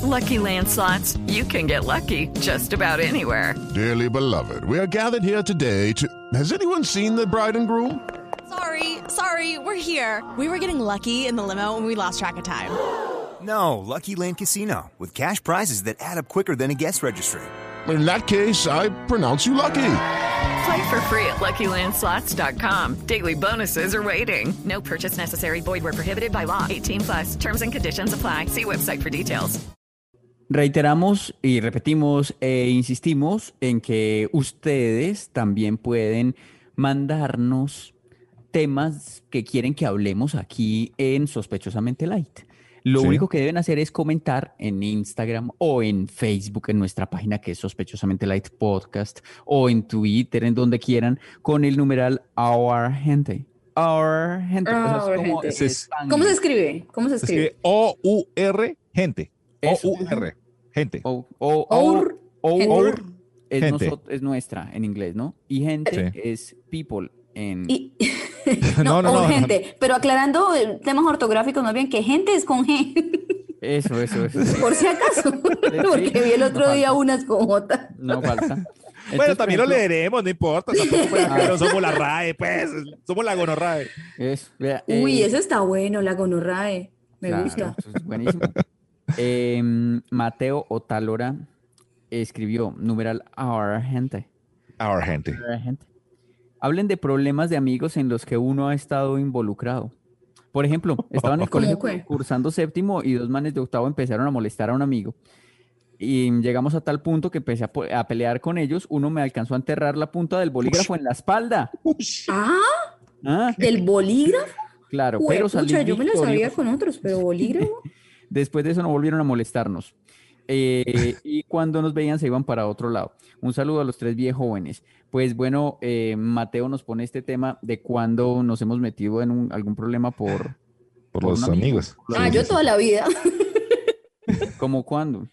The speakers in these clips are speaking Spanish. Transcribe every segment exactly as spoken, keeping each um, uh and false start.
Lucky Land Slots, you can get lucky just about anywhere. Dearly beloved, we are gathered here today to... Has anyone seen the bride and groom? Sorry, sorry, we're here. We were getting lucky in the limo and we lost track of time. No, Lucky Land Casino, with cash prizes that add up quicker than a guest registry. In that case, I pronounce you lucky. Play for free at Lucky Land Slots dot com. Daily bonuses are waiting. No purchase necessary. Void where prohibited by law. eighteen plus. Terms and conditions apply. See website for details. Reiteramos y repetimos e insistimos en que ustedes también pueden mandarnos temas que quieren que hablemos aquí en Sospechosamente Light. Lo sí. único que deben hacer es comentar en Instagram o en Facebook, en nuestra página que es Sospechosamente Light Podcast, o en Twitter, en donde quieran, con el numeral Our Gente. Our Gente. Our o sea, es como, gente. es ¿Cómo se escribe? ¿Cómo se Se escribe? escribe O U R, gente. Eso. O U R, gente. O, o, Our o, gente. our es, Gente. nosot- es nuestra en inglés, ¿no? Y gente Sí. es people en... Y- No, no, no, o no, gente. Pero aclarando eh, temas ortográficos, más bien que gente es con G. Eso, eso, eso. Por si acaso. Porque vi el otro no día falta. unas con J. No falta. Bueno, Entonces, también por lo ejemplo, leeremos, no importa. Tampoco pues, acá no somos la RAE, pues. Somos la gonorrae. es- vea, Uy, eh, ese está bueno, la gonorrae. Me claro, gusta. eso es buenísimo. Eh, Mateo Otálora escribió, numeral Our Gente. Our gente. Our Gente. Hablen de problemas de amigos en los que uno ha estado involucrado. Por ejemplo, estaba en el ¿Cómo colegio qué? cursando séptimo y dos manes de octavo empezaron a molestar a un amigo. Y llegamos a tal punto que empecé a, po- a pelear con ellos. Uno me alcanzó a enterrar la punta del bolígrafo en la espalda. Ah, Ah, del bolígrafo. claro, pero salí Juepucha, yo me la sabía victorioso. con otros, pero bolígrafo. Después de eso no volvieron a molestarnos. Eh, y cuando nos veían se iban para otro lado. Un saludo a los tres viejos jóvenes. Pues bueno, eh, Mateo nos pone este tema de cuando nos hemos metido en un- algún problema por... Por Por los un amigo. amigos. Ah, yo toda la vida. ¿Cómo cuándo?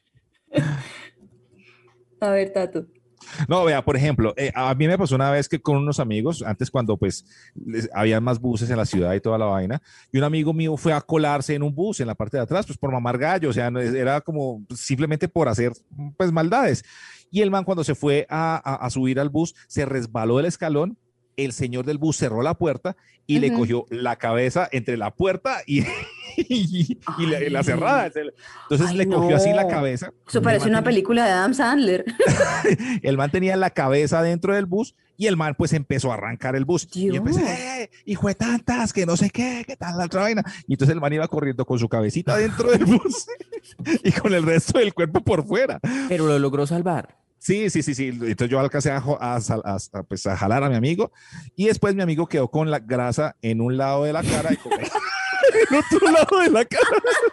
A ver, Tato. No, vea, por ejemplo, eh, a mí me pasó una vez que con unos amigos, antes cuando pues les- había más buses en la ciudad y toda la vaina, y un amigo mío fue a colarse en un bus en la parte de atrás, pues por mamar gallo, o sea, no- era como simplemente por hacer pues maldades. Y el man cuando se fue a, a- a subir al bus, se resbaló del escalón, el señor del bus cerró la puerta y le Ujú. cogió la cabeza entre la puerta y, y, y la, y la Ay. cerrada. Entonces Ay, le cogió así la no. cabeza. Eso El parece man una tenía- película de Adam Sandler. el man tenía la cabeza dentro del bus y el man pues empezó a arrancar el bus. Y yo empecé, Dios. ¡eh! Hijo de tantas, que no sé qué, qué tal la otra vaina. Y entonces el man iba corriendo con su cabecita dentro del bus y con el resto del cuerpo por fuera. Pero lo logró salvar. Sí, sí, sí, sí. Entonces yo alcancé a, jo- a sal- a- a, pues, a jalar a mi amigo y después mi amigo quedó con la grasa en un lado de la cara y con el en otro lado de la cara.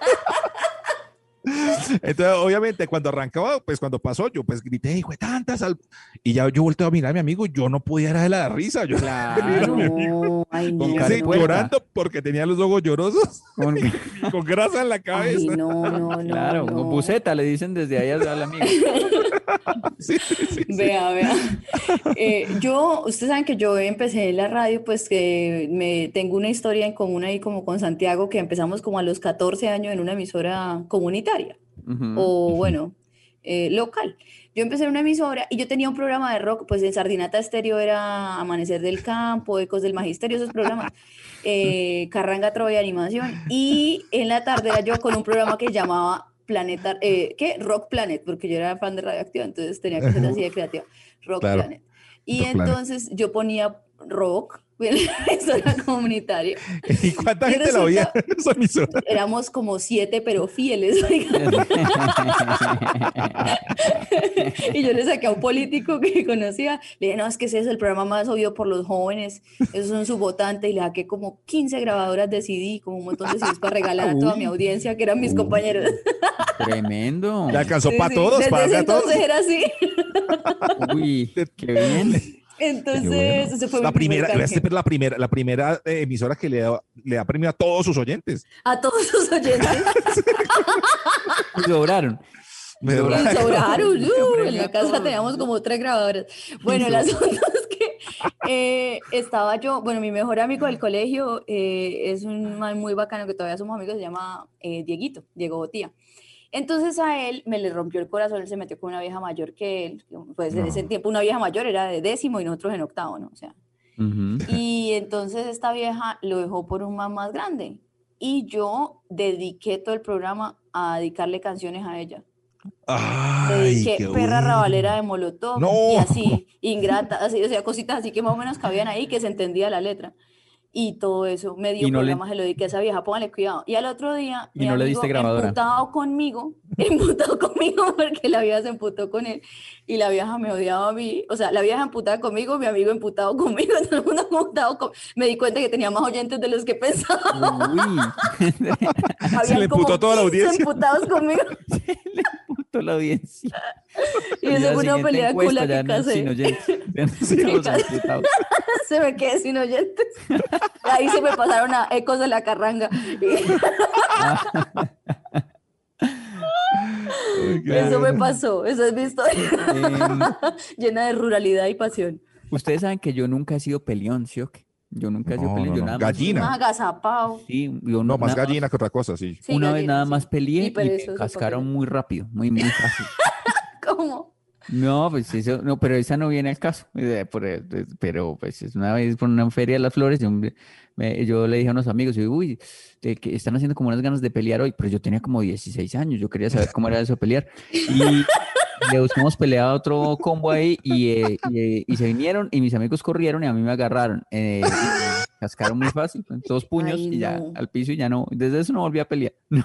Entonces, obviamente, cuando arrancaba, pues cuando pasó, yo pues grité, hijo de tantas, al-". y ya yo volteo a mirar a mi amigo y yo no podía era de la risa. Yo Claro. No, ay, no. con cara de ese puerca. llorando porque tenía los ojos llorosos Con- y con grasa en la Ay, cabeza. no, no, no. claro, no. con buceta le dicen desde ahí al amigo. Sí, sí, sí. Vea, vea. Eh, yo, ustedes saben que yo empecé en la radio, pues que me tengo una historia en común ahí como con Santiago, que empezamos como a los catorce años en una emisora comunitaria Ujú. o bueno, eh, local. Yo empecé en una emisora y yo tenía un programa de rock, pues en Sardinata Estéreo era Amanecer del Campo, Ecos del Magisterio, esos programas, eh, Carranga, Trova y Animación, y en la tarde era yo con un programa que llamaba Planeta, eh, ¿qué? Rock Planet, porque yo era fan de Radioactiva, entonces tenía que ser así de creativa, Rock Claro. Planet. Y Rock Planet. entonces yo ponía rock en la emisora comunitaria. ¿Y cuánta Y gente la oía resulta- en esa emisora? Éramos como siete, pero fieles, oiga. Y yo le saqué a un político que conocía, le dije, no, es que ese es el programa más oído por los jóvenes, esos son su votante, y le saqué como quince grabadoras de C D, como un montón de C Ds para regalar a toda mi audiencia, que eran mis Uy. compañeros. Tremendo. Le alcanzó Sí, para sí, todos, desde para ese darle a todos. entonces era así. Uy, qué bien. Entonces, ese fue La mi primer primera, canje. esta es la primera, la primera eh, emisora que le da, le da premio a todos sus oyentes. A todos sus oyentes. Y lograron. Me Y lograron. Y sobraron, uh, Premio en la a casa todos. teníamos como tres grabadoras. Bueno, el asunto es que eh, estaba yo, bueno, mi mejor amigo del colegio eh, es un man muy bacano que todavía somos amigos, se llama eh, Dieguito, Diego Botía. Entonces a él me le rompió el corazón, él se metió con una vieja mayor que él, pues en No. ese tiempo una vieja mayor era de décimo y nosotros en octavo, ¿no? O sea, Ujú. y entonces esta vieja lo dejó por un man más grande y yo dediqué todo el programa a dedicarle canciones a ella. Ay, Dediqué qué Perra bueno. Rabalera de Molotov No. y así, Ingrata, así, o sea, cositas así que más o menos cabían ahí, que se entendía la letra. Y todo eso, medio Y no le- programa se lo dediqué a esa vieja, póngale cuidado. Y al otro día, Y mi no le amigo diste grabadora. emputado conmigo, emputado conmigo porque la vieja se emputó con él y la vieja me odiaba a mí. O sea, la vieja emputada conmigo, mi amigo emputado conmigo, todo el mundo emputado con... Me di cuenta que tenía más oyentes de los que pensaba. Uy, Se le emputó a toda la quince audiencia. emputados conmigo. puto la audiencia. Y esa la fue una siguiente pelea encuesta cula ya que no es sin casé. oyentes, ya no es Sí, sin los casé. emputados. Se me quedé sin oyentes. Ahí se me pasaron a ecos de la carranga. Eso me pasó, esa es mi historia. Em, Llena de ruralidad y pasión. Ustedes saben que yo nunca he sido peleón, ¿sí o qué? Yo nunca he sido No, peleón, no, yo no. nada más- Gallina. Más agazapado. Sí, yo No, más nada gallina que otra cosa, sí. Sí, Una vez gallina, nada sí. más peleé Y y, me perezoso pa' cascaron pelear. muy rápido, muy, muy fácil. ¿Cómo? No, pues eso, no, pero esa no viene al caso. eh, por- eh, Pero pues es una vez por una feria de las flores, yo, me- me- yo le dije a unos amigos, yo, uy, de que están haciendo como unas ganas de pelear hoy, pero yo tenía como dieciséis años, yo quería saber cómo era eso de pelear. Y le buscamos pelear a otro combo ahí y, eh, y, eh, y se vinieron y mis amigos corrieron y a mí me agarraron. eh, y me cascaron muy fácil, con dos puños Ay, y ya no. al piso y ya no, desde eso no volví a pelear. No.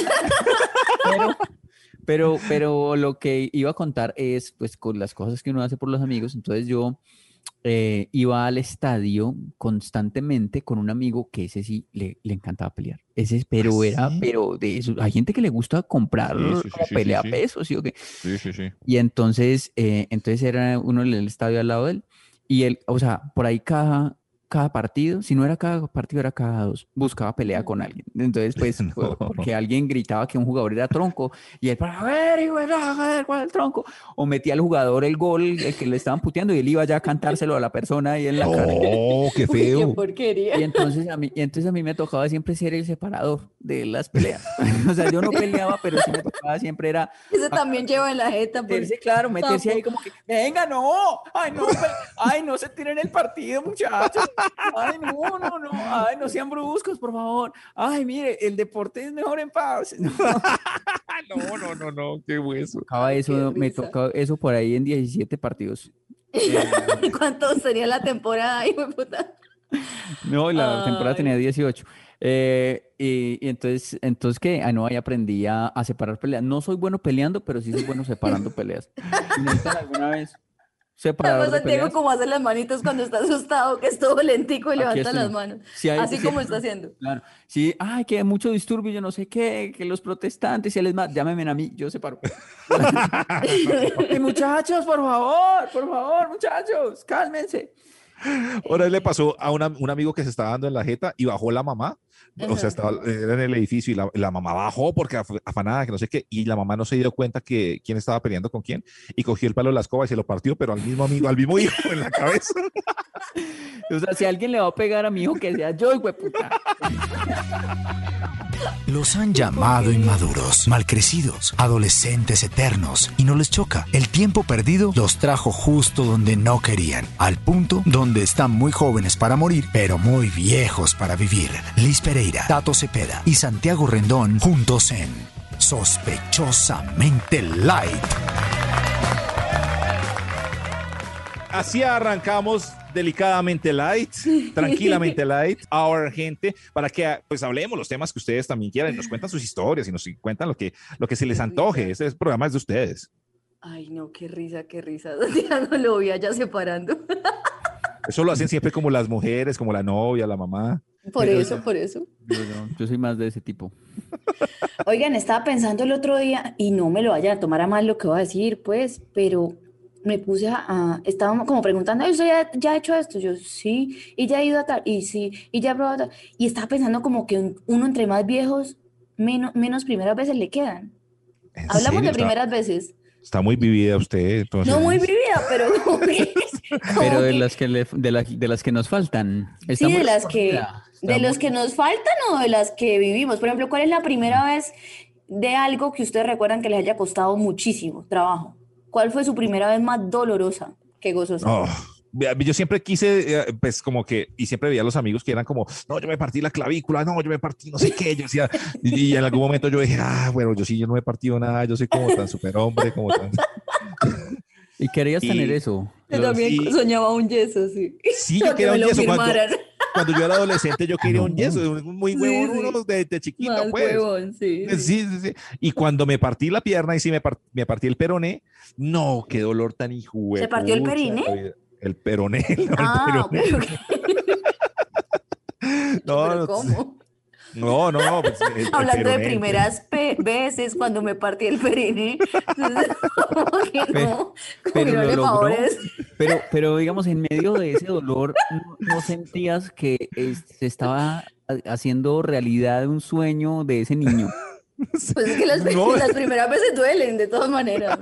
Pero, pero, pero lo que iba a contar es, pues, con las cosas que uno hace por los amigos. Entonces yo eh, iba al estadio constantemente con un amigo que ese sí le, le encantaba pelear. Ese, pero ¿Ah, era, sí? pero de eso, hay gente que le gusta comprar Sí, sí, sí, como sí, pelea sí, sí. pesos, ¿sí o qué? Sí, sí, sí. Y entonces, eh, entonces era uno en el estadio al lado de él. Y él, o sea, por ahí cada, cada partido, si no era cada partido, era cada dos, buscaba pelea con alguien. Entonces, pues, No. fue porque alguien gritaba que un jugador era tronco y él, para ver, hijo de la- a ver, ¿cuál es el tronco? O metía al jugador el gol, el que le estaban puteando, y él iba ya a cantárselo a la persona ahí en la cara. Oh, qué Uy, qué feo. porquería. Y entonces a mí, y entonces a mí me tocaba siempre ser el separador de las peleas. O sea, yo no peleaba, pero sí me tocaba siempre era Ese también lleva en la jeta. por- meterse, claro, meterse ahí Papo. como que, venga, no, ay, no, pe- ay, no se tiren el partido, muchachos, ay, no, no, no, ay, no sean bruscos, por favor, ay, mire, el deporte es mejor en paz. No, No, no, no, no, qué hueso. tocaba Ay, eso, qué me risa. tocaba eso por ahí en diecisiete partidos. ¿Cuánto sería la temporada, hijo de puta? No, la temporada Ay. tenía dieciocho. Eh, y, y entonces, entonces ¿qué? Ah, no, ahí aprendí a, a separar peleas. No soy bueno peleando, pero sí soy bueno separando peleas. Si necesitan alguna vez separar Además, de Santiago, peleas, como hace las manitos cuando está asustado, que es todo lentico y aquí levanta estoy. las manos. Si hay- Así si- como está haciendo. Claro. Sí, ay, que hay mucho disturbio, yo no sé qué, que los protestantes y el más, llámenme a mí, yo separo. Y muchachos, por favor, por favor, muchachos, cálmense. Ahora le pasó a una- un amigo que se estaba dando en la jeta y bajó la mamá. O sea, estaba, era en el edificio y la, la mamá bajó porque af- afanada, que no sé qué, y la mamá no se dio cuenta que quién estaba peleando con quién y cogió el palo de la escoba y se lo partió, pero al mismo amigo, al mismo hijo en la cabeza. O sea, si alguien le va a pegar a mi hijo, que sea yo, puta. Los han llamado inmaduros, malcrecidos, adolescentes eternos, y no les choca. El tiempo perdido los trajo justo donde no querían, al punto donde están muy jóvenes para morir, pero muy viejos para vivir. Liz Pereira, Tato Cepeda y Santiago Rendón juntos en Sospechosamente Light. Así arrancamos delicadamente light, tranquilamente light, ahora gente, para que pues hablemos los temas que ustedes también quieran y nos cuentan sus historias y nos cuentan lo que, lo que se les antoje. Este programa es de ustedes. Ay, no, qué risa, qué risa. Santiago lo vi allá separando. Eso lo hacen siempre como las mujeres, como la novia, la mamá. Por Pero eso, ya- por eso. Yo, no, yo soy más de ese tipo. Oigan, estaba pensando el otro día, y no me lo vayan a tomar a mal lo que voy a decir, pues, pero me puse a, a- estaba como preguntando, ¿usted ya, ya ha hecho esto? Yo, sí, y ya he ido a tal, y sí, y ya he probado tal. Y estaba pensando como que un- uno entre más viejos, menos, menos primeras veces le quedan. ¿En Hablamos serio? de Está- primeras veces. Está muy vivida usted, entonces. No muy vivida, pero como que... como Pero de que- las que, le- de, la- de las que nos faltan. Está Sí, muy de las que, recorrida, está de los muy- que nos faltan o de las que vivimos. Por ejemplo, ¿cuál es la primera vez de algo que ustedes recuerdan que les haya costado muchísimo trabajo. ¿Cuál fue su primera vez más dolorosa que gozosa? Oh, yo siempre quise, eh, pues como que, y siempre veía a los amigos que eran como, no, yo me partí la clavícula, no, yo me partí no sé qué, yo decía, y, y en algún momento yo dije, ah, bueno, yo sí, yo no me he partido nada, yo soy como tan superhombre, como tan... ¿Y querías Y- tener eso? Yo también sí. soñaba un yeso, sí. Sí, yo Para que quería me un lo yeso. Cuando, firmaran. cuando yo era adolescente, yo quería un no. yeso, muy Sí, huevón sí. uno de, de chiquito, Más pues. huevón, sí. Sí, sí, sí. Y cuando me partí la pierna y sí me, par- me partí el peroné, no, qué dolor tan hijo de ¿Se partió el pucha, periné? la vida. El peroné, no, Ah, ok, el peroné. ok. No, Pero no, ¿cómo? no, no, no, pues, el- el Hablando de peroné, el primeras pe- veces cuando me partí el periné. Entonces, como que Pe- no, como que Pero no lo le logró. favores. Pero, pero digamos, en medio de ese dolor, ¿no, no sentías que eh, se estaba ha- haciendo realidad un sueño de ese niño? Pues es que las, No. las primeras veces duelen, de todas maneras.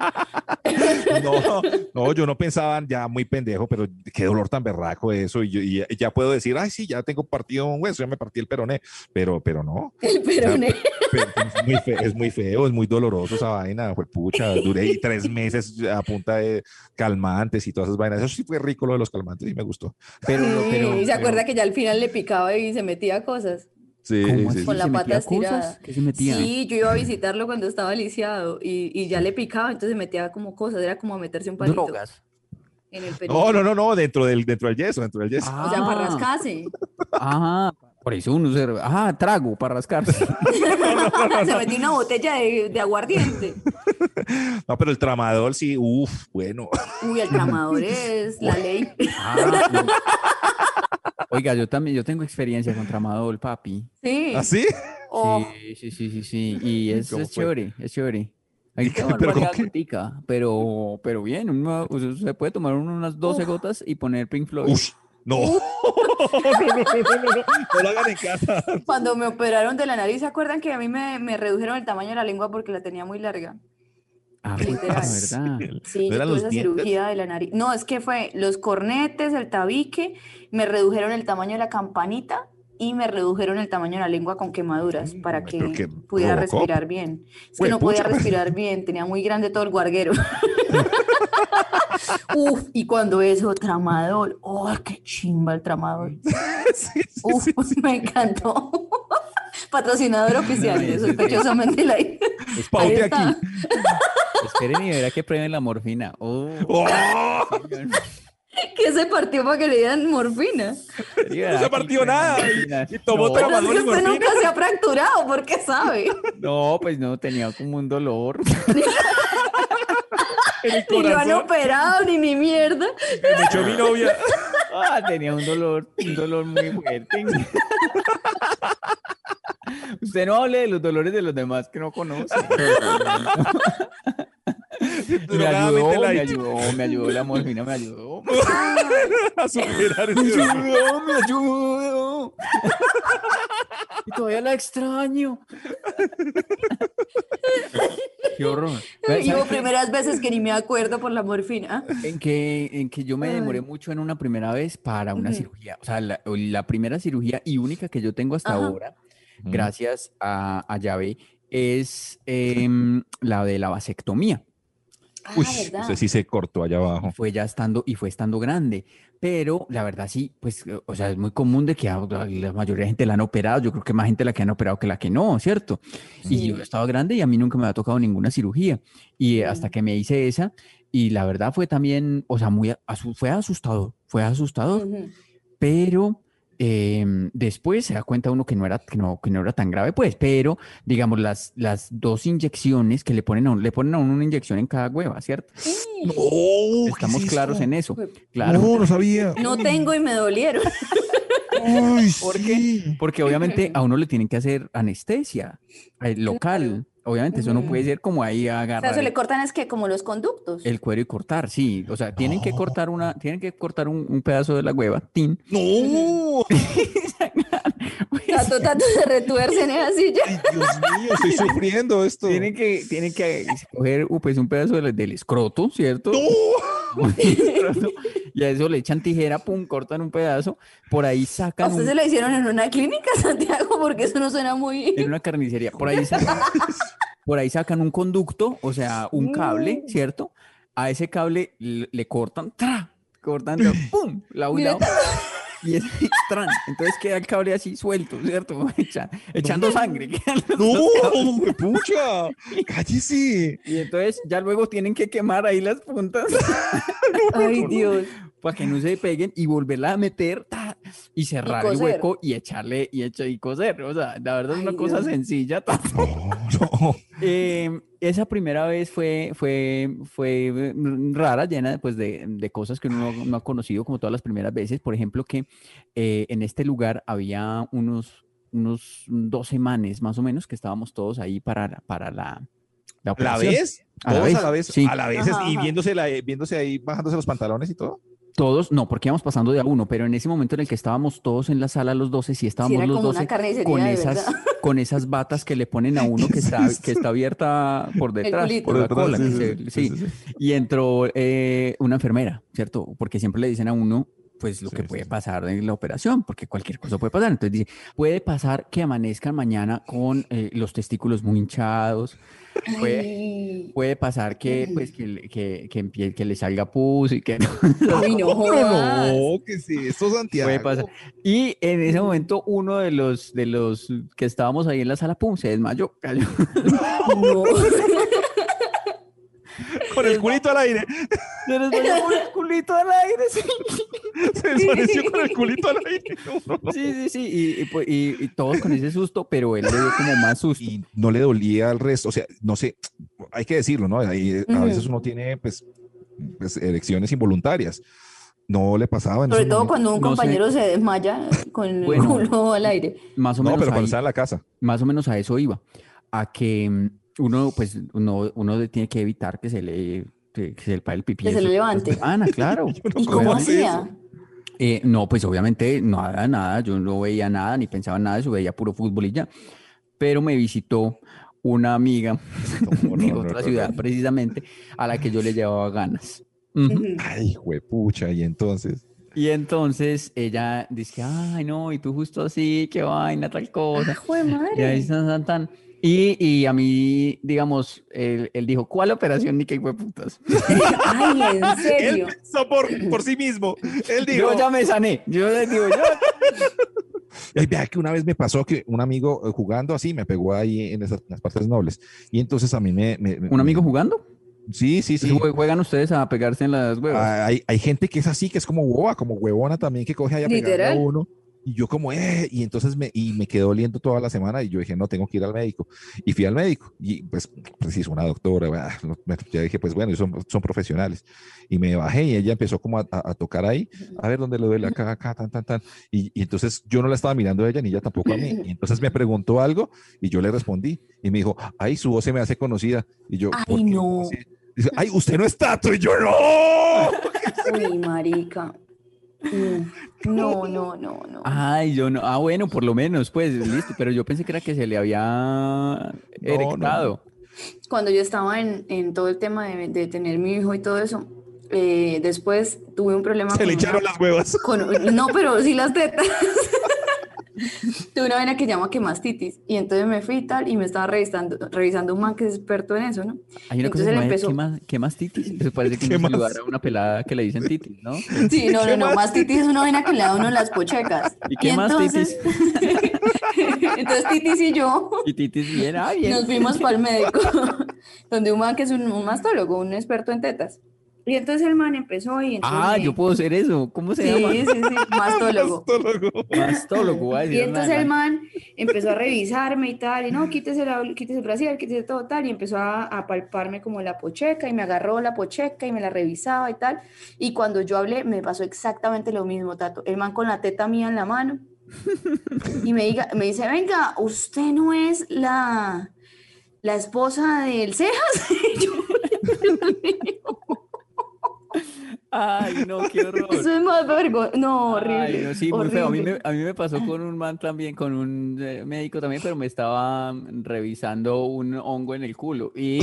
No, no, yo no pensaba ya muy pendejo, pero qué dolor tan berraco eso. Y, yo, y ya- ya puedo decir, ay, sí, ya tengo partido un hueso, ya me partí el peroné, pero, pero no. El peroné. Pero es, muy feo, es muy feo, es muy doloroso esa vaina, fue pucha. Duré ahí tres meses a punta de calmantes y todas esas vainas. Eso sí fue rico lo de los calmantes y me gustó. Pero, Sí, pero, y se acuerda pero, que ya al final le picaba y se metía cosas. Sí, ¿cómo sí, así? Con sí. la ¿Se pata metía estirada. cosas? ¿Qué se metía? Sí, yo iba a visitarlo cuando estaba lisiado y, y ya le picaba, entonces metía como cosas, era como meterse un palito Drogas. en el periné. No, no, no, no, dentro del, dentro del yeso, dentro del yeso. O sea, para Ah. rascarse. Ajá, por eso uno se... Ajá, trago para rascarse. Se metió una botella de, de aguardiente. No, pero el tramadol sí, uff, bueno. Uy, el tramador es la ley. Ah, no. Oiga, yo también, yo tengo experiencia con tramadol, papi. Sí. ¿Así? Oh, Sí, sí, sí, sí, sí. Y es, ¿Cómo es fue? chévere, es chévere. Hay que tomar ¿Pero con varias qué? goticas, pero, pero bien, uno, o sea, se puede tomar unas doce Uf. gotas y poner Pink Floyd. Uff, no. no, no, no, no, no, no, no lo hagan en casa. cuando me operaron de la nariz, ¿se acuerdan que a mí me, me redujeron el tamaño de la lengua porque la tenía muy larga? Ah, pues, Literal. la verdad. Sí, ¿No yo eran tuve los esa dientes? cirugía de la nariz. No, es que fue los cornetes, el tabique, me redujeron el tamaño de la campanita y me redujeron el tamaño de la lengua con quemaduras para que ¿pero qué pudiera provocó? respirar bien. Es que Hue no podía pucha. respirar bien, tenía muy grande todo el guarguero. Uf, y cuando eso, tramador, oh, qué chimba el tramador. Sí, sí, Uf, sí, sí. me encantó. Patrocinador oficial de No, Sospechosamente Light. Ahí Paute está. aquí. Esperen y verá que prueben la morfina. Oh, ¡Oh! Que se partió para que le dieran morfina. No se partió nada. Y, y tomó No, Pero es tramadol que y usted morfina. nunca se ha fracturado, ¿por qué sabe? no, pues no, tenía como un dolor. En el Ni lo han corazón. operado, ni ni mierda. Me echó mi novia. Ah, tenía un dolor, un dolor muy fuerte. Usted no hable de los dolores de los demás que no conoce. Me ayudó, Drogadamente me light. ayudó, me ayudó la morfina, me ayudó. A superar ese Me dolor. ayudó, me ayudó. Y todavía la extraño. Qué horror. ¿Sabe Y hubo qué? primeras veces que ni me acuerdo por la morfina. En que, en que yo me demoré Ay. mucho en una primera vez para una Ujú. cirugía. O sea, la, la primera cirugía y única que yo tengo hasta Ajá. ahora, gracias a, a Yahvé, es em, la de la vasectomía. Ah, Uy, ¿verdad? ese sí se cortó allá abajo. Fue ya estando, y fue estando grande. Pero la verdad sí, pues, eh, o sea, es muy común de que a- a la mayoría de gente la han operado. Yo creo que más gente la que han operado que la que no, ¿cierto? Y Sí. yo estaba grande y a mí nunca me había tocado ninguna cirugía. Y eh, hasta Mm. que me hice esa, y la verdad fue también, o sea, muy, a- asu- fue asustador, fue asustador. Ujú. Pero em, después se da cuenta uno que no era, que no, que no era tan grave, pues, pero digamos, las, las dos inyecciones que le ponen a uno, le ponen a uno una inyección en cada hueva, ¿cierto? No, ¿qué Estamos es claros esto? en eso, Fue- claro. No, no sabía. No tengo y me dolieron. Ay, ¿Por sí. qué? Porque obviamente a uno le tienen que hacer anestesia eh, local. Obviamente eso no puede ser como ahí O sea, agarrar eso le el, cortan es que como los conductos. el cuero y cortar, sí. O sea, tienen que cortar una, tienen que cortar un, un pedazo de la hueva, tin. No. Tato, tato se retuerce en esa silla. Ay, Dios mío, estoy sufriendo esto. Tienen que, tienen que coger uh, pues, un pedazo del, del escroto, ¿cierto? No. Y a eso le echan tijera, pum, cortan un pedazo, por ahí ¿A sacan usted un- se la hicieron en una clínica, Santiago? Porque eso no suena muy... en una carnicería, por ahí sacan, por ahí sacan un conducto, o sea, un cable, ¿cierto? A ese cable le, le cortan, ¡tra! Cortan, ¡pum! La una y es tran. Entonces queda el cable así suelto, ¿cierto? Echa, echando sangre. ¡No! ¡Pucha! ¡Cállese! Y entonces ya luego tienen que quemar ahí las puntas. Ay, Dios. Para que no se peguen y volverla a meter ta, y cerrar Y el coser. hueco y echarle y echar y coser. O sea, la verdad es una Ay, cosa Dios. sencilla. No, no. Eh, esa primera vez fue, fue, fue rara, llena pues, de, de cosas que uno no, no ha conocido como todas las primeras veces. Por ejemplo, que eh, en este lugar había unos, unos dos semanas más o menos que estábamos todos ahí para, para la, la ¿A la operación. vez? A la ¿Todos vez, a la vez? sí. A la vez. Ajá, Y ajá. viéndose, la, viéndose ahí, bajándose los pantalones y todo. Todos, no, porque íbamos pasando de a uno, pero en ese momento en el que estábamos todos en la sala los doce, sí Sí, estábamos era los como doce una carnicería con de esas, verdad. con esas batas que le ponen a uno que está, que está abierta por detrás, culito. por la Por detrás, cola. sí, que sí, se- sí, sí. sí, sí. Y entró eh, una enfermera, ¿cierto? Porque siempre le dicen a uno, pues lo Sí, que sí, puede sí. pasar en la operación, porque cualquier cosa puede pasar. Entonces dice, puede pasar que amanezcan mañana con eh, los testículos muy hinchados, puede, Ay, puede pasar que, pues, que, le- que, que, empie- que le salga pus y que no. Uy, no Pero jodas. no, que sí, esto Santiago. Puede pasar. Y en ese momento uno de los de los que estábamos ahí en la sala, pum, se desmayó, cayó. No. Con el culito al aire. Se desmayó con el culito al aire, sí. Se desvaneció con el culito al aire. No, no, no. Sí, sí, sí. Y, y, pues, y- y todos con ese susto, pero él le dio como más susto. Y no le dolía al resto. O sea, no sé, hay que decirlo, ¿no? Ahí, a veces Ujú. uno tiene, pues, pues, erecciones involuntarias. No le pasaba en Sobre esos todo momentos. cuando un No sé. compañero se desmaya con el Bueno. culo al aire. Más o No, menos pero cuando ahí- estaba en la casa. más o menos a eso iba. A que mm, uno, pues, uno, uno tiene que evitar que se le, que, que se le pare el pipí. Que se eso- le levante. Ana, claro. ¿Y cómo ¿Cómo hace hacía? Eh, no, pues obviamente nada, nada, yo no veía nada, ni pensaba en nada, yo veía puro fútbol y ya. Pero me visitó una amiga No, de no, otra no, ciudad, no. precisamente, a la que yo le llevaba ganas. Ujú. Ujú. Ay, juepucha, y entonces. Y entonces ella dice, ay, no, y tú justo así, qué vaina, tal cosa. ¡Jue Y ahí madre! tan, tan, tan. Y, y a mí, digamos, él, él dijo, ¿cuál operación ni qué putas? Ay, ¿en Él serio? pensó por, por sí mismo. Él dijo. Yo ya me sané. Yo le digo, yo. Ay, vea que una vez me pasó que un amigo eh, jugando así me pegó ahí en esas en las partes nobles. Y entonces a mí me. me- me- ¿Un amigo jugando? Sí, sí, sí. Jue- ¿Juegan ustedes a pegarse en las huevas? Ah, Hay, hay gente que es así, que es como boba, como huevona también, que coge ahí a pegarle a Literal. uno. Y yo como, eh, y entonces me, y me quedó oliendo toda la semana y yo dije, no, tengo que ir al médico. Y fui al médico y pues, pues hizo una doctora, ah, no, me- ya dije, pues bueno, son, son profesionales. Y me bajé y ella empezó como a, a- a tocar ahí, a ver dónde le duele acá, acá, tan, tan, tan. Y, y entonces yo no la estaba mirando a ella ni ella tampoco a mí. Y entonces me preguntó algo y yo le respondí y me dijo, ay, su voz se me hace conocida. Y yo, Ay, ¿por qué? no. Así. Dice, ay, usted no es Tato. Y yo, no. Uy, marica. Mm. No, no, no, no. Ay, yo no. Ah, bueno, por lo menos, pues, listo. Pero yo pensé que era que se le había erectado. Cuando yo estaba en, en todo el tema de, de tener mi hijo y todo eso, eh, después tuve un problema Se le con echaron una- las huevas. con- no, pero sí las tetas. Tuve una vena que se llama quemastitis y entonces me fui y tal y me estaba revisando, revisando un man que es experto en eso, ¿no? Hay una cosa Entonces que él se empezó- llama, ¿qué más, qué más titis? Eso parece que ¿Qué uno más? saludara a una pelada que le dicen titis, ¿no? Sí, no, ¿Qué no, no, más? mastitis es una vena que le da a uno en las pochecas. ¿Y qué más entonces, entonces titis y yo Y titis bien, ah, bien. nos fuimos para el médico, donde un man que es un, un mastólogo, un experto en tetas. Y entonces el man empezó y entonces Ah, me- yo puedo ser eso. ¿Cómo se Sí, llama? sí, sí, mastólogo. Mastólogo. voy a Y decir entonces nada. el man empezó a revisarme y tal, y no, quítese, la, quítese el brasier, quítese todo tal, y empezó a, a palparme como la pocheca, y me agarró la pocheca y me la revisaba y tal, y cuando yo hablé me pasó exactamente lo mismo, Tato, el man con la teta mía en la mano, y me, diga, me dice, venga, usted no es la, la esposa del Cejas. Y yo, Ay, no, qué horror. eso es más vergonzoso, no, horrible. Ay, no, sí, muy feo. A mí, horrible. me, a mí me pasó con un man también, con un eh, médico también, pero me estaba mm, revisando un hongo en el culo. Y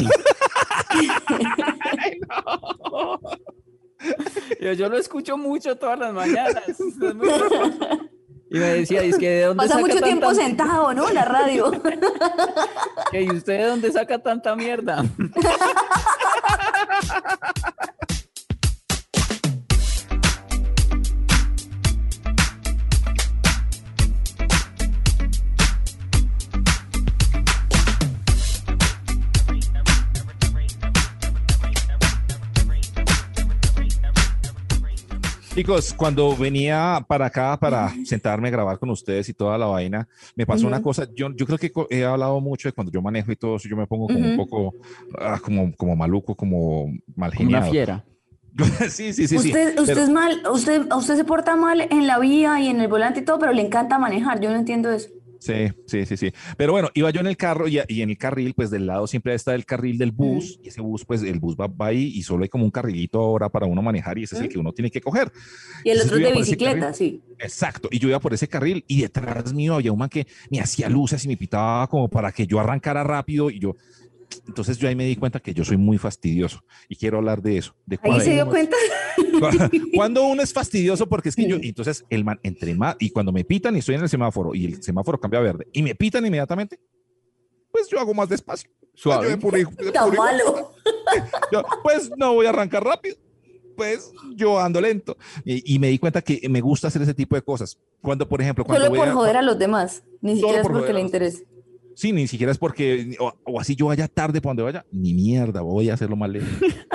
yo, yo lo escucho mucho todas las mañanas. Es muy raro. Y me decía, es que ¿de dónde Pasa saca mucho tanta... tiempo sentado, ¿no? La radio. ¿Y usted de dónde saca tanta mierda? Chicos, cuando venía para acá para sentarme a grabar con ustedes y toda la vaina, me pasó uh-huh. una cosa. Yo, yo creo que he hablado mucho de cuando yo manejo y todo eso, yo me pongo como uh-huh. un poco ah, como, como maluco, como mal geniado. Una fiera. Sí, sí, sí. Usted, sí, usted pero... es mal, usted, usted se porta mal en la vía y en el volante y todo, pero le encanta manejar. Yo no entiendo eso. Sí, sí, sí, sí. Pero bueno, iba yo en el carro y, y en el carril, pues del lado siempre está el carril del bus, mm. y ese bus, pues el bus va, va ahí y solo hay como un carrilito ahora para uno manejar y ese mm. es el que uno tiene que coger. Y el Entonces, otro es de bicicleta, sí. Exacto, y yo iba por ese carril y detrás mío había un man que me hacía luces y me pitaba como para que yo arrancara rápido y yo... Entonces yo ahí me di cuenta que yo soy muy fastidioso y quiero hablar de eso. De ¿Ahí se dio cuenta? Cuando uno es fastidioso, porque es que yo, entonces el man entre más, y cuando me pitan y estoy en el semáforo y el semáforo cambia a verde y me pitan inmediatamente, pues yo hago más despacio. Suave. Yo puro, Está puro, malo. Yo, pues no voy a arrancar rápido. Pues yo ando lento y, y me di cuenta que me gusta hacer ese tipo de cosas. Cuando, por ejemplo, cuando solo voy por a, joder a los demás, ni siquiera es porque le los... interese. Sí, ni siquiera es porque, o, o así yo vaya tarde para donde vaya, ni mierda, voy a hacerlo más lento.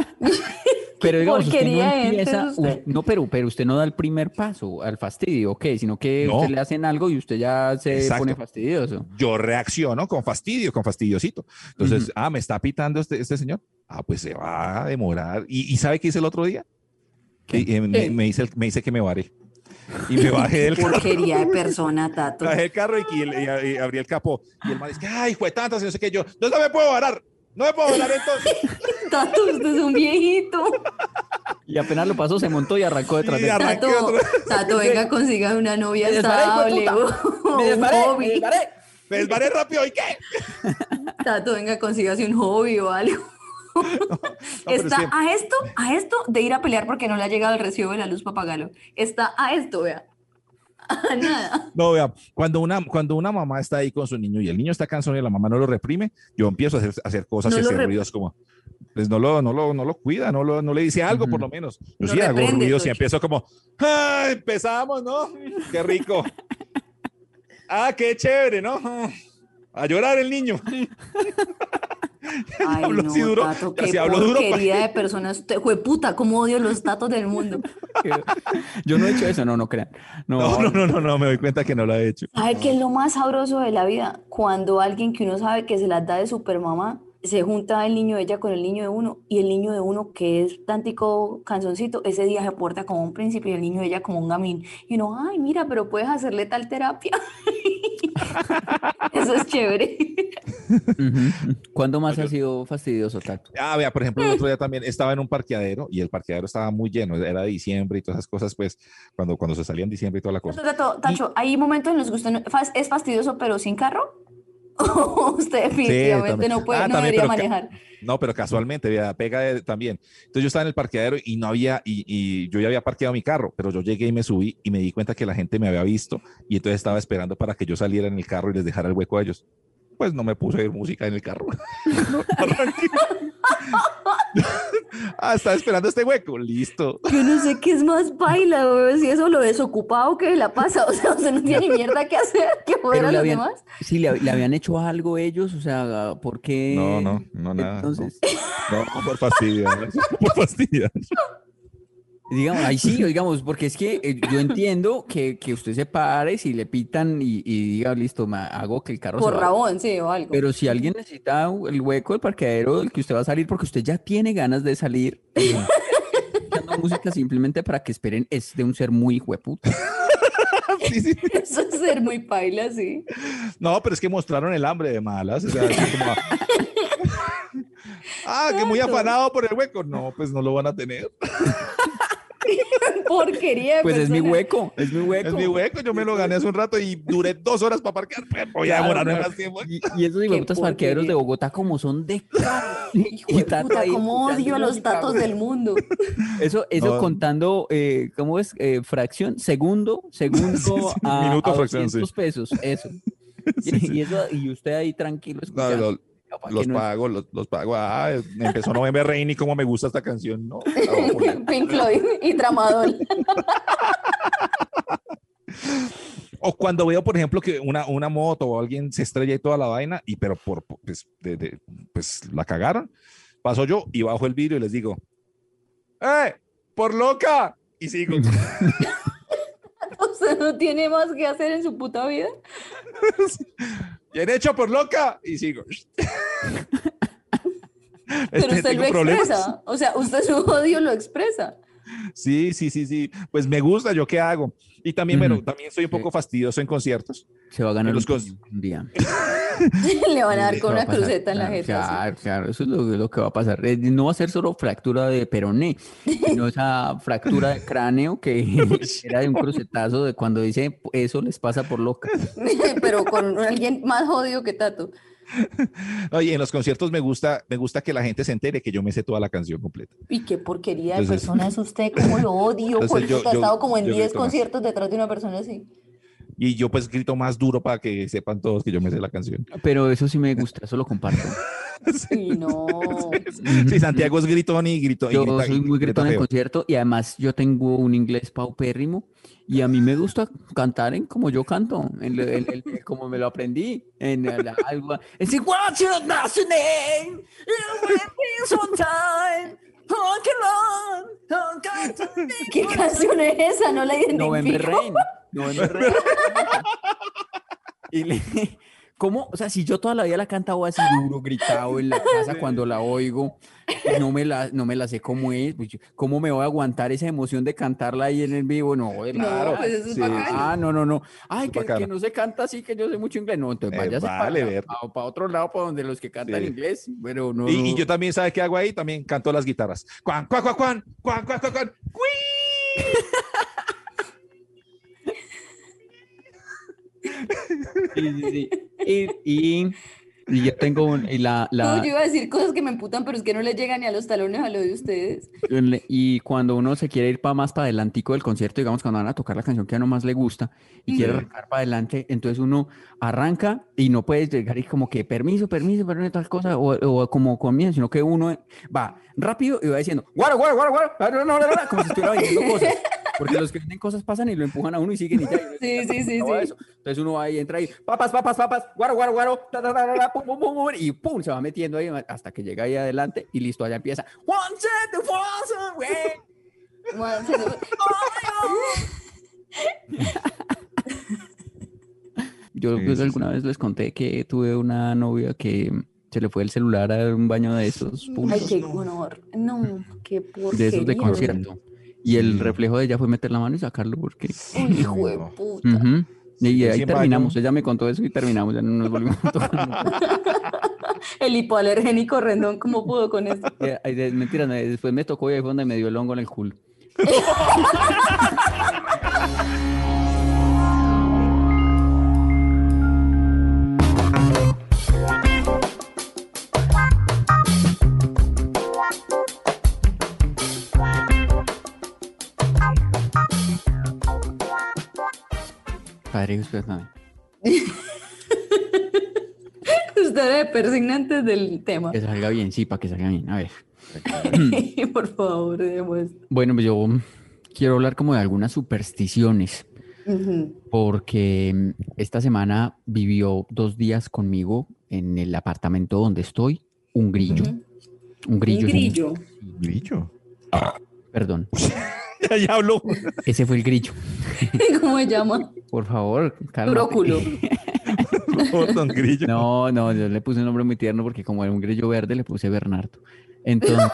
Pero digamos, usted no Porquería empieza, es usted. no, pero, pero usted no da el primer paso al fastidio, ¿ok? Sino que No. usted le hacen algo y usted ya se Exacto. pone fastidioso. Yo reacciono con fastidio, con fastidiosito. Entonces, Ujú. ah, me está pitando este, este señor. Ah, pues se va a demorar. ¿Y, y sabe qué hice el otro día? ¿Qué? Que, eh, me, me, hice el- me hice que me varé. Y me bajé del carro. Porquería de persona, Tato. Bajé el carro y, y, y- y abrí el capó. Y el man dice, ay, fue tantas, y no sé qué. Yo, no, no me puedo varar. No me puedo varar entonces. Tato, usted es un viejito. Y apenas lo pasó, se montó y arrancó detrás Y de arranqué Tato, otra vez. Tato, venga, consiga una novia Me desbaré, estable. hijueputa. un Me desbaré, me hobby. desbaré. Me desvaré rápido. ¿Y qué? Tato, venga, consígase un hobby o algo. No, pero Está es que- a esto, a esto de ir a pelear porque no le ha llegado el recibo de la luz para pagarlo. Está a esto, vea. A nada. No, vea, cuando una, cuando una mamá está ahí con su niño y el niño está cansado y la mamá no lo reprime, yo empiezo a hacer, a hacer cosas No y lo hacer rep- ruidos como, pues no lo, no lo, no lo cuida, no, lo, no le dice algo Ujú. por lo menos. Yo Lo sí hago reprende, ruidos y Tocho. empiezo como, ¡ah, empezamos, ¿no? ¡Qué rico! ¡Ah, qué chévere, ¿no! A llorar el niño. Ay, Hablo no, así duro, Tato, casi qué hablo duro pa- porquería de personas. Usted, jueputa, cómo odio los tatos del mundo. Yo no he hecho eso, no, no crean. No, No, no, no, no, no, me doy cuenta que no lo he hecho. ¿Sabe qué es lo más sabroso de la vida? Cuando alguien que uno sabe que se las da de supermamá, se junta el niño de ella con el niño de uno, y el niño de uno, que es tantico canzoncito, ese día se porta como un príncipe y el niño de ella como un gamín. Y uno, ay, mira, pero puedes hacerle tal terapia. Eso es chévere. Ujú. ¿Cuándo más ha sido fastidioso, Tato? Ah, vea, por ejemplo, el otro día también estaba en un parqueadero y el parqueadero estaba muy lleno, era de diciembre y todas esas cosas, pues, cuando, cuando se salía en diciembre y toda la cosa. Tato, Tacho, ¿hay momentos en los que usted no- fas- es fastidioso pero sin carro? ¿O usted definitivamente también. no puede, Ah, no también, debería pero ca- manejar? No, pero casualmente, vea, pega de- también. Entonces yo estaba en el parqueadero y no había, y, y yo ya había parqueado mi carro, pero yo llegué y me subí y me di cuenta que la gente me había visto y entonces estaba esperando para que yo saliera en el carro y les dejara el hueco a ellos. Pues no me puse a oír música en el carro. No, arranqué. Ah, estaba esperando este hueco. Listo. Yo no sé qué es más baila, güey, si eso lo desocupado que la pasa, o sea, usted no tiene ni mierda que hacer que joder Pero a le los habían, demás. sí, le, le habían hecho algo ellos, o sea, ¿por qué? No, no, no, nada. Entonces, No, no, por fastidio. Por fastidio. digamos, ahí sí, digamos, porque es que eh, yo entiendo que, que usted se pare si le pitan y, y diga, listo, ma, hago que el carro Por se vaya. rabón, sí, o algo. Pero si alguien necesita el hueco del parqueadero del que usted va a salir porque usted ya tiene ganas de salir, eh, escuchando música simplemente para que esperen, es de un ser muy hijueputa. Sí, sí. Eso es ser muy paila, sí. No, pero es que mostraron el hambre de malas. O sea, así como, ah, que muy afanado por el hueco. No, pues no lo van a tener. porquería de Pues es mi persona. hueco, es mi hueco. Es mi hueco, yo me lo gané hace un rato y duré dos horas para parquear. Pues voy a Claro, demorarme claro. más tiempo. Y, y esos hijueputas porquería. parqueaderos de Bogotá como son de caros. Hijo Y de Tato puta, ahí cómo escuchando odio a los música, tatos güey. del mundo. Eso, eso No. contando, eh, ¿cómo es? Eh, fracción, segundo, segundo Sí, sí, a, minuto, a fracción, doscientos sí. pesos, eso. Sí, y, sí. y eso. Y usted ahí tranquilo No, escuchando. lo- Capaz los que no- pago, los, los pago. Ah, empezó November Rain y cómo me gusta esta canción. No, la voy a poner. Pink Floyd y Tramadol. O cuando veo, por ejemplo, que una, una moto o alguien se estrella y toda la vaina, y pero por, por- pues, de- de- pues la cagaron, paso yo y bajo el vidrio y les digo, ¡eh! ¡Por loca! Y sigo. ¿Usted no tiene más que hacer en su puta vida? Bien hecho por loca. Y sigo. Pero Este, usted tengo lo problemas. expresa. O sea, usted su odio lo expresa. Sí, sí, sí, sí. Pues me gusta, ¿yo qué hago? Y también, bueno, Ujú. también soy un poco Sí. fastidioso en conciertos. Se va a ganar los un, cos- premio un día. Le van a dar Eso con va a una pasar. cruceta en la Claro, jeta. así. Claro, claro, eso es lo, lo que va a pasar. Eh, No va a ser solo fractura de peroné, sino esa fractura de cráneo que era de un crucetazo de cuando dice eso les pasa por loca. Pero con alguien más jodido que Tato. Oye, en los conciertos me gusta, me gusta que la gente se entere que yo me sé toda la canción completa. Y qué porquería de Entonces- persona es usted, cómo lo odio. Entonces Por yo- puta, he yo- estado como en yo diez grito más. conciertos detrás de una persona así. Y yo pues grito más duro para que sepan todos que yo me sé la canción. Pero eso sí me gusta, eso lo comparto. Y no. Sí, Santiago es gritón y grito. y Yo grita- soy y muy grita gritón en feo. concierto y además yo tengo un inglés paupérrimo y a mí me gusta cantar en como yo canto, en, el- en el- como me lo aprendí, en el- algo. Es like, what's your last name? You will be sometime. Oh, come on. Oh, God. ¿Qué canción es esa? No la November identifico. Rain. November Rain. Y le- ¿Cómo? O sea, si yo toda la vida la cantaba así duro, gritado en la casa cuando la oigo, y no me la, no me la sé cómo es, pues yo- ¿cómo me voy a aguantar esa emoción de cantarla ahí en el vivo? No, de No, verdad. pues eso es Sí, bacano. Ah, no, no, no. Ay, Es que, bacano. que no se canta así, que yo sé mucho inglés. No, entonces Eh, váyase vale, para, ver. para, otro lado, para donde los que cantan Sí. inglés. Pero no. Y, y no. yo también, ¿sabe qué hago ahí? También canto las guitarras. Cuan, cuan, cuan, cuan, cuan, cuan, cuan, cuan. ¡Cuí! Sí, sí, sí. Y, y, y yo tengo un- y la, la, No, yo iba a decir cosas que me emputan, pero es que no le llegan ni a los talones a lo de ustedes. Y cuando uno se quiere ir para más para adelantico del concierto, digamos, cuando van a tocar la canción que a uno más le gusta y quiere arrancar para adelante, entonces uno arranca y no puede llegar y como que permiso, permiso, permiso, tal cosa, o, o como comienza, sino que uno va rápido y va diciendo, guaro, guaro, guaro, guaro, guaro, no, no, no, como si estuviera vendiendo cosas. Porque los que venden cosas pasan y lo empujan a uno y siguen y ya. y uno Sí, está sí, sí, acostumbrado a sí. eso. Entonces uno va ahí, entra ahí, papas, papas, papas, guaro, guaro, guaro, ta, ta, ta, ta, ta, pum, pum, pum, pum, y pum, se va metiendo ahí hasta que llega ahí adelante y listo, allá empieza. One, two, three, four, way. Bueno, se- Yo Sí, creo que sí, alguna vez les conté que tuve una novia que se le fue el celular a un baño de esos Ay, públicos, qué honor. No, qué porquería. de esos de ¿verdad? concierto. Y el reflejo de ella fue meter la mano y sacarlo porque... Uy, hijo de No. puta. Ujú. Y yo ahí sí en terminamos. baño. Ella me contó eso y terminamos. Ya no nos volvimos a tocar nunca. El hipoalergénico Rendón, ¿cómo pudo con eso? Y ahí de- Mentira, me- después me tocó y ahí fue donde me dio el hongo en el culo. Padre, usted sabe. Usted era de persigna antes del tema. Que salga bien, sí, para que salga bien. A ver. Por favor, demos. Bueno, pues yo quiero hablar como de algunas supersticiones, Ujú. porque mm, esta semana vivió dos días conmigo en el apartamento donde estoy un grillo. Ujú. Un grillo. Un es un- grillo. Grillo. Perdón, Ya, ya habló. ese fue el grillo. ¿Cómo se llama? Por favor, cálmate. Bróculo. Don Grillo. No, no, yo le puse un nombre muy tierno porque como era un grillo verde le puse Bernardo. Entonces,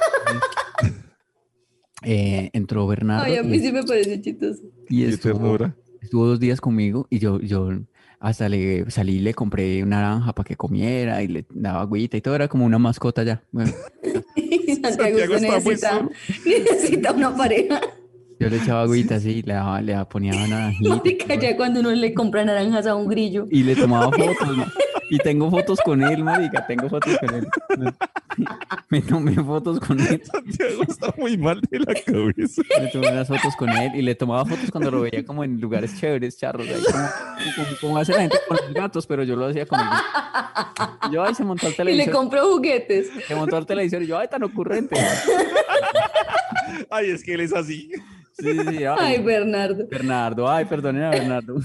eh, entró Bernardo Ay, a mí y, sí me parece chistoso. y Qué estuvo, ternura. estuvo dos días conmigo y yo, yo hasta le salí y le compré una naranja para que comiera y le daba agüita y todo, era como una mascota ya. Bueno, Santiago, Santiago usted está muy necesita, solo. necesita una pareja. Yo le echaba agüita así, le, daba, le daba- ponía naranjita Marica, ya cuando uno le compra naranjas a un grillo. y le tomaba fotos, ma- y tengo fotos con él, marica, tengo fotos con él. Me, me tomé fotos con él, Santiago está muy mal de la cabeza. le tomé unas fotos con él y le tomaba fotos cuando lo veía como en lugares chéveres, charros, ahí como, como, como hace la gente con los gatos, pero yo lo hacía con él. Y yo, ay, se montó al Y le televisor, compró juguetes. se montó al televisor y yo, ay, tan ocurrente. Ay, es que él es así. Sí, sí, sí, ay, Ay, Bernardo. Bernardo, ay, perdonen a Bernardo.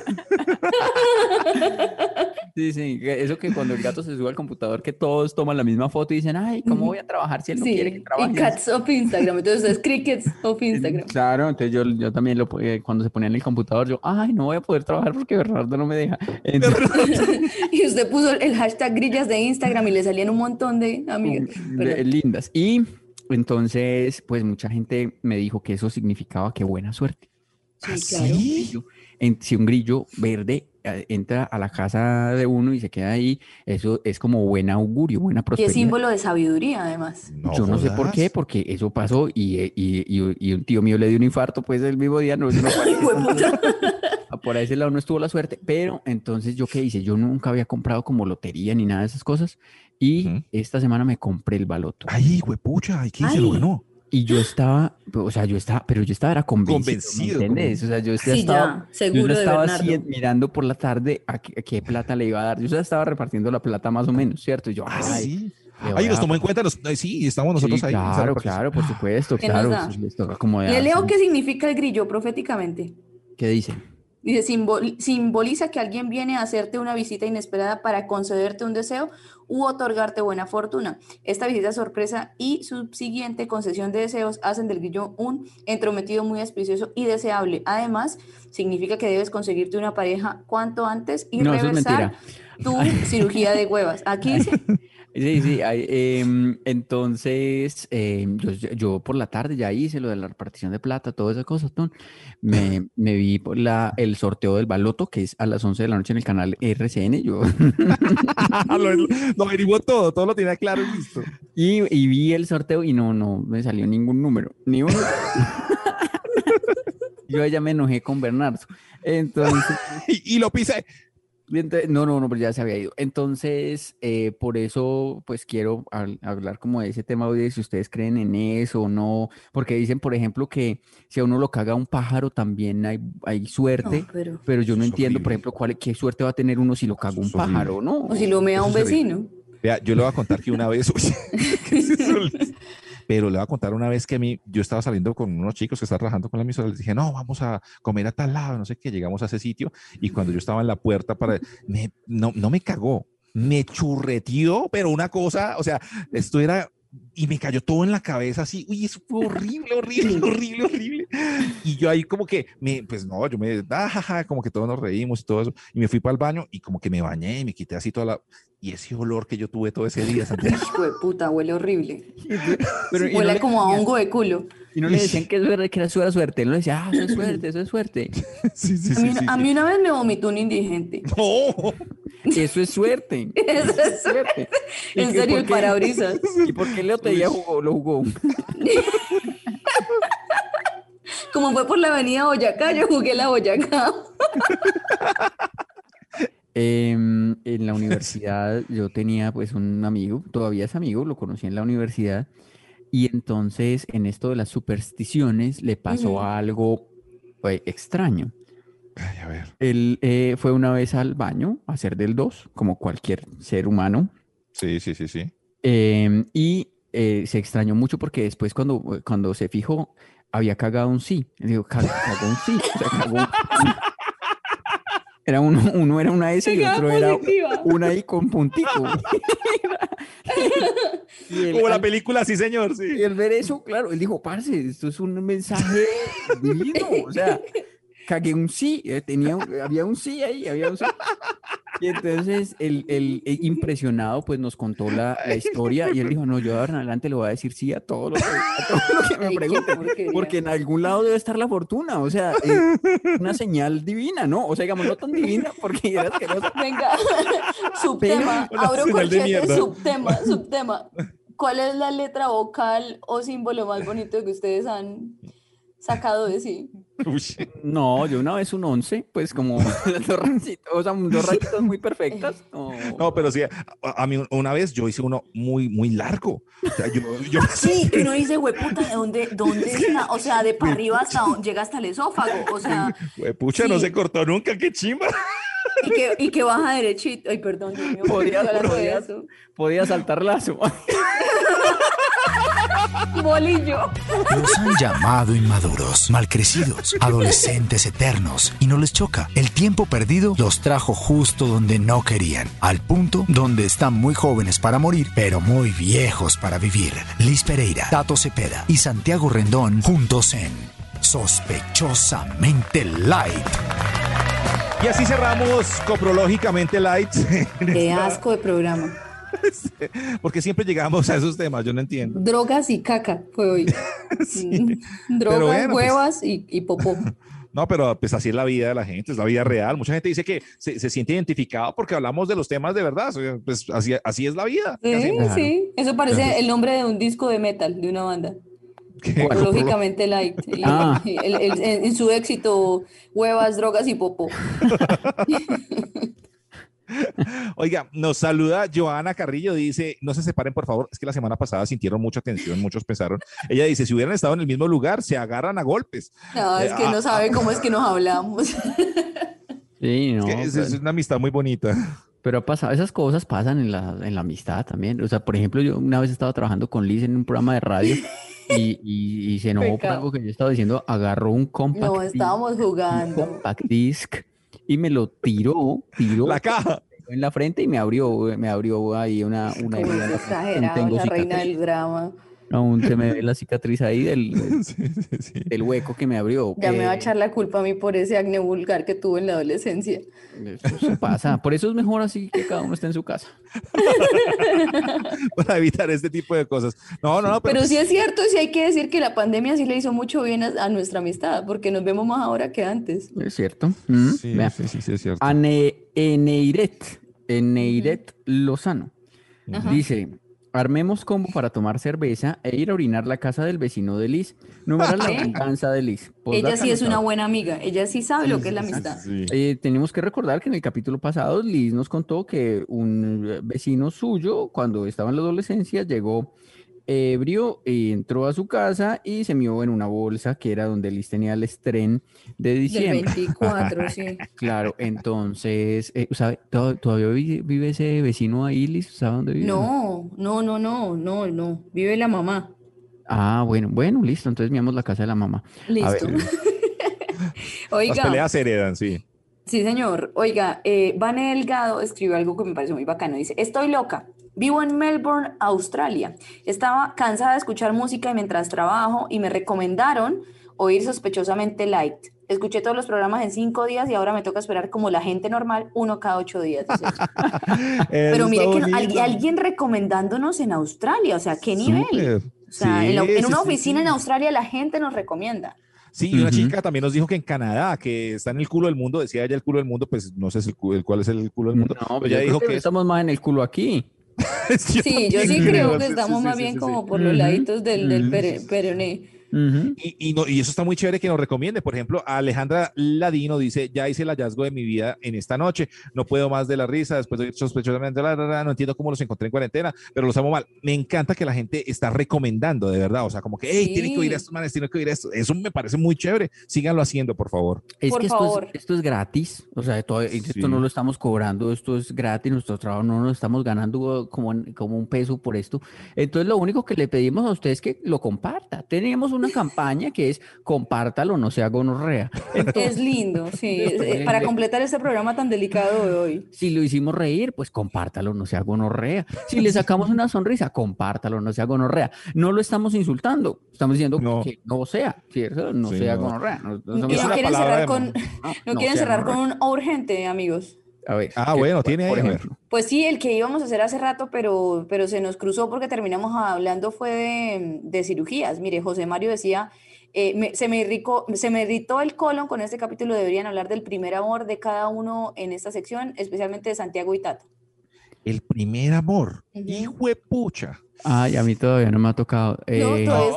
Sí, sí, que eso que cuando el gato se sube al computador, que todos toman la misma foto y dicen, ay, ¿cómo voy a trabajar si él no quiere que Sí, trabaje? y Cats of Instagram. Entonces es Crickets of Instagram. Claro, entonces yo, yo también lo eh, cuando se ponía en el computador, yo, ay, no voy a poder trabajar porque Bernardo no me deja. Entonces, Y usted puso el hashtag grillas de Instagram y le salían un montón de amigas. de- Perdón. lindas. Y entonces, pues mucha gente me dijo que eso significaba que buena suerte. Sí, claro. Grillo. En- si un grillo verde eh, entra a la casa de uno y se queda ahí, eso es como buen augurio, buena Y es prosperidad. símbolo de sabiduría, además. Yo no sé por qué, porque eso pasó y, eh, y, y- y un tío mío le dio un infarto pues el mismo día, no, no parece tanto- por ese lado no estuvo la suerte, pero entonces yo qué hice, yo nunca había comprado como lotería ni nada de esas cosas y Ujú. esta semana me compré el baloto Ay, huepucha, ¿y quién se Ay. lo ganó? y yo estaba, o sea, yo estaba, pero yo estaba era convencido, Convencido, ¿me entiendes? O sea, yo ya Sí, estaba, ya, seguro yo ya de estaba Bernardo. así mirando por la tarde a qué, a qué plata le iba a dar, yo ya estaba repartiendo la plata más o menos, ¿cierto? Y yo, Ah, ay, sí. le voy Ay, nos a- tomó en cuenta, los, ay, sí, estamos nosotros Sí, ahí. en esa claro, repartición. claro, por supuesto, ¿Qué nos claro, da? eso les toca como Le leo qué significa el grillo proféticamente. ¿Qué dice? Dice, "Simbol- simboliza que alguien viene a hacerte una visita inesperada para concederte un deseo u otorgarte buena fortuna. Esta visita sorpresa y subsiguiente concesión de deseos hacen del grillo un entrometido muy auspicioso y deseable. Además, significa que debes conseguirte una pareja cuanto antes y No, eso es reversar mentira. tu cirugía de huevas. Aquí dice, Sí, sí, hay, em, entonces em, yo, yo por la tarde ya hice lo de la repartición de plata, todas esas cosas, ¿no? Me, me vi por la, el sorteo del baloto, que es a las once de la noche en el canal R C N, yo, lo, lo averiguó todo, todo lo tenía claro y listo. y, y vi el sorteo y no, no me salió ningún número, ni uno. Yo ya me enojé con Bernardo, entonces... Y, y lo pisé. Y ente- No, no, no, pero ya se había ido. Entonces, eh, por eso, pues quiero hab- hablar como de ese tema hoy, de si ustedes creen en eso o no, porque dicen, por ejemplo, que si a uno lo caga un pájaro también hay, hay suerte, no, pero... pero yo no Es entiendo, por horrible. ejemplo, cuál, qué suerte va a tener uno si lo caga un Es horrible. pájaro, ¿no? O si lo mea un Eso es terrible. vecino. Vea, yo le voy a contar que una vez, uy, ¿qué es eso? Pero le voy a contar una vez que a mí, yo estaba saliendo con unos chicos que estaban trabajando con la emisora, les dije, no, vamos a comer a tal lado, no sé qué, llegamos a ese sitio y cuando yo estaba en la puerta para, me, no, no me cagó, me churreteó, pero una cosa, o sea, esto era, y me cayó todo en la cabeza así, uy, eso fue horrible, horrible, horrible, horrible. Y yo ahí como que, me, pues no, yo me, ah, ja, ja, como que todos nos reímos y todo eso, y me fui para el baño y como que me bañé y me quité así toda la, y ese olor que yo tuve todo ese día, Santiago. Hijo de puta, huele horrible. Pero, y no Huele le como a decían- hongo de culo. y no le decían que, eso era, que era su era suerte, él no decía, ah, eso es suerte, eso es suerte. Sí, sí, A mí, sí, sí, a sí. mí una vez me vomitó un indigente. No. Eso es suerte. Eso es suerte. ¿Y En qué- serio, por el qué? parabrisas. ¿Y por qué Leotería jugó, lo jugó? Como fue por la avenida Boyacá, yo jugué la Boyacá. Em, en la universidad yo tenía pues un amigo, todavía es amigo, lo conocí en la universidad, y entonces en esto de las supersticiones le pasó Ujú. algo pues, extraño. Ay, a ver. Él eh, fue una vez al baño a hacer del dos, como cualquier ser humano, Sí, sí, sí, sí. em, y eh, se extrañó mucho porque después cuando, cuando se fijó había cagado un sí. Digo, cagó un sí. O sea, cagó un- Era uno, uno era una S y Pegada otro era positiva. una I con puntico. Y él, Como la al- película, sí, señor, y sí. al ver eso, claro, él dijo, parce, esto es un mensaje divino. O sea, cagué un sí, eh, tenía, un- había un sí ahí, había un sí. Y entonces él, él, eh, impresionado, pues nos contó la, la historia y él dijo, no, yo de ahora en adelante le voy a decir sí a todo lo que, a todo lo que me Ay, qué pregunten, porquería. porque en algún lado debe estar la fortuna, o sea, eh, una señal divina, ¿no? O sea, digamos, no tan divina porque era asquerosa. Venga, subtema, Una abro señal de corchete, mierda. subtema, subtema. ¿Cuál es la letra vocal o símbolo más bonito que ustedes han sacado de sí. Uy. No, yo una vez un once, pues como dos rayitos, o sea, dos rayitas muy perfectas. No, No, pero sí, a, a mí una vez yo hice uno muy, muy largo. O sea, yo, yo Sí, que uno dice, hueputa, ¿de dónde, dónde es la-?" O sea, de para arriba hasta donde llega hasta el esófago. O sea, pucha, sí. no se cortó nunca, qué chimba. y que, y que baja derechito. Ay, perdón, Dios mío, ¿por qué Podía- estoy hablando de podía- eso? podía saltar lazo. Bolillo. Los han llamado inmaduros, malcrecidos, adolescentes eternos, y no les choca. El tiempo perdido los trajo justo donde no querían, al punto donde están muy jóvenes para morir, pero muy viejos para vivir. Liz Pereira, Tato Cepeda y Santiago Rendón juntos en Sospechosamente Light. Y así cerramos Coprológicamente Light. Qué asco de programa. Porque siempre llegamos a esos temas, yo no entiendo. Drogas y caca fue hoy. Sí. Mm, Drogas, Pero bueno, pues. huevas y, y popó. No, pero pues así es la vida de la gente, es la vida real. Mucha gente dice que se, se siente identificado porque hablamos de los temas de verdad. O sea, pues así, así es la vida. ¿Qué Sí, hacemos? sí. Eso parece Claro. el nombre de un disco de metal, de una banda. ¿Cuál? Lógicamente light. Y- Ah. y el- el- en, en su éxito, huevas, drogas y popó. Oiga, nos saluda Joana Carrillo, dice, no se separen por favor, es que la semana pasada sintieron mucha tensión, muchos pensaron. Ella dice, si hubieran estado en el mismo lugar, se agarran a golpes. No, es Eh, que ah, no sabe cómo es que nos hablamos. Sí, no. Es, que es, pero, es una amistad muy bonita. pero ha pasado, esas cosas pasan en la, en la amistad también. O sea, por ejemplo, yo una vez estaba trabajando con Liz en un programa de radio y, y, y se enojó por Pecado. algo que yo estaba diciendo, agarró un compact No, disc, estábamos un jugando. compact disc y me lo tiró, tiró La caja. en la frente y me abrió, me abrió ahí una, una Como herida en es la frente. Aún exagerado, tengo la reina cicatriz. del drama. Aún se me ve la cicatriz ahí del, Sí, sí, sí. del hueco que me abrió. Ya me va a Eh, echar la culpa a mí por ese acné vulgar que tuve en la adolescencia. Eso se pasa. Por eso es mejor así que cada uno esté en su casa. Para evitar este tipo de cosas. No, no, no, pero, Pero sí es cierto, sí hay que decir que la pandemia sí le hizo mucho bien a, a nuestra amistad, porque nos vemos más ahora que antes. Es cierto. Mm, Sí, vea. sí, sí, sí, es cierto. Ane- Eneiret, Eneiret Lozano, Ajá. dice, armemos combo para tomar cerveza e ir a orinar la casa del vecino de Liz. Numeral la ¿Eh? venganza de Liz. Ella Postdata, sí es una anotado. buena amiga, ella sí sabe lo que es la amistad. Sí. Eh, tenemos que recordar que en el capítulo pasado Liz nos contó que un eh, vecino suyo, cuando estaba en la adolescencia, llegó ebrio y entró a su casa y se mió en una bolsa que era donde Liz tenía el estrén de Del diciembre. veinticuatro, sí. Claro, entonces, eh, ¿sabe? ¿Tod- ¿Todavía vi- vive ese vecino ahí, Liz? ¿Sabe dónde vive? No, no, no, no, no, no. Vive la mamá. Ah, bueno, bueno, listo. Entonces miramos la casa de la mamá. A Listo. ver, Las Oiga, peleas se heredan, sí. sí, señor. Oiga, eh, Vane Delgado escribió algo que me pareció muy bacano. Dice, estoy loca. Vivo en Melbourne, Australia. Estaba cansada de escuchar música mientras trabajo y me recomendaron oír Sospechosamente Light. Escuché todos los programas en cinco días y ahora me toca esperar como la gente normal, uno cada ocho días. dice. Pero mire que no- al- alguien recomendándonos en Australia, o sea, ¿qué nivel? O sea, en, la- en una oficina en Australia la gente nos recomienda. Sí, y una Ujú. chica también nos dijo que en Canadá, que está en el culo del mundo, decía ella el culo del mundo, pues no sé si el, cu- el cuál es el culo del mundo. no, pero pues ella yo dijo creo que que estamos más en el culo aquí. Sí, yo sí también creo que sí, estamos sí, más sí, bien sí, como sí. por los Ujú, laditos del, del ujú. pere- peroné. Ujú. Y, y, no- y eso está muy chévere que nos recomiende. Por ejemplo, Alejandra Ladino dice, ya hice el hallazgo de mi vida en esta noche, no puedo más de la risa, después de ir sospechosamente, la, la, la, no entiendo cómo los encontré en cuarentena, pero los amo mal. Me encanta que la gente está recomendando, de verdad, o sea, como que, hey, Sí. tienen que oír esto, manes, tienen que oír esto. Eso me parece muy chévere. Síganlo haciendo, por favor. Es Por que esto favor. es, esto es gratis, o sea, todo- esto Sí. no lo estamos cobrando, esto es gratis, nuestro trabajo no nos estamos ganando como, como un peso por esto. Entonces, lo único que le pedimos a usted es que lo comparta. Tenemos una campaña que es compártalo, no sea gonorrea. Es lindo, sí. es- eh, para completar este programa tan delicado de hoy. Si lo hicimos reír, pues compártalo, no sea gonorrea. Si le sacamos una sonrisa, compártalo, no sea gonorrea. No lo estamos insultando, estamos diciendo No. que no sea, ¿cierto? No Sí, sea no. gonorrea. No, no Y estamos- no una quieren palabra cerrar de con, amor. no, no no quieren sea cerrar con gonorrea. un urgente, amigos. A ver, Ah, ¿qué- bueno, por- tiene ahí, por a ver. ejemplo. Pues sí, el que íbamos a hacer hace rato, pero, pero se nos cruzó porque terminamos hablando fue de, de cirugías. Mire, José Mario decía, eh, me- se, me irricó- se me irritó el colon con este capítulo, deberían hablar del primer amor de cada uno en esta sección, especialmente de Santiago y Tato. El primer amor. Ujú. Hijo de pucha. Ay, a mí todavía no me ha tocado. No, Eh, todavía está virgen.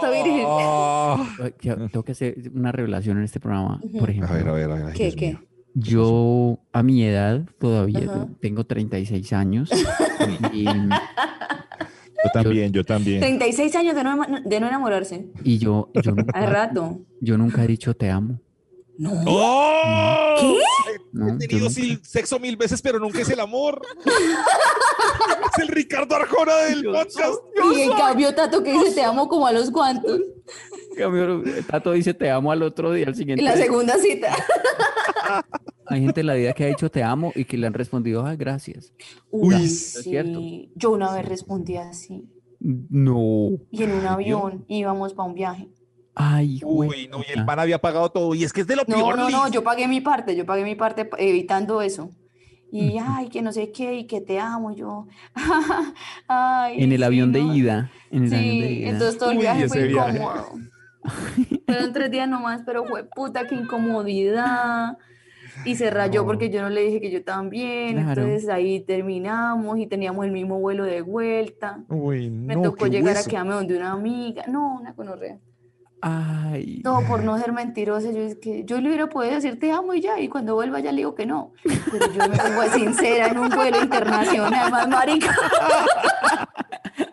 Oh. Yo tengo que hacer una revelación en este programa, por ejemplo. A ver, a ver, a ver. ay, ¿Qué, Dios qué? mío. Yo, a mi edad, todavía Ajá. tengo treinta y seis años. y, Yo también, yo también. treinta y seis años de no, de no enamorarse. y yo, yo, Hace nunca, rato. yo nunca he dicho te amo. No. ¡Oh! ¿Qué? No, He yo tenido nunca. sí, sexo mil veces, pero nunca es el amor. Es el Ricardo Arjona del podcast. Y en cambio, Tato, que dice te amo como a los cuantos. Cambio, Tato dice te amo al otro día, al siguiente En la día. segunda cita. Hay gente en la vida que ha dicho te amo y que le han respondido, ay, gracias. Uy, Uy, sí. es cierto. Yo una vez respondí así. No. Y en un avión íbamos para un viaje. Ay, Uy, no, y el man había pagado todo. Y es que es de lo No, peor. no, no, Liz. yo pagué mi parte, yo pagué mi parte pa- evitando eso. Y ay, que no sé qué, y que te amo, yo. Ay, En el sí, avión de no. ida. En el avión de Sí, ida. entonces todo el Uy, viaje ese fue viaje. incómodo. Fueron tres días nomás, pero fue puta, qué incomodidad. Y se rayó No. porque yo no le dije que yo también. Claro. Entonces ahí terminamos y teníamos el mismo vuelo de vuelta. Uy, Me no, tocó qué llegar hueso. a quedarme donde una amiga. No, una conorrea. Ay. Todo por no ser mentirosa. Yo es que yo le hubiera podido decir te amo y ya, y cuando vuelva ya le digo que no. Pero yo me pongo sincera en un vuelo internacional, más marica.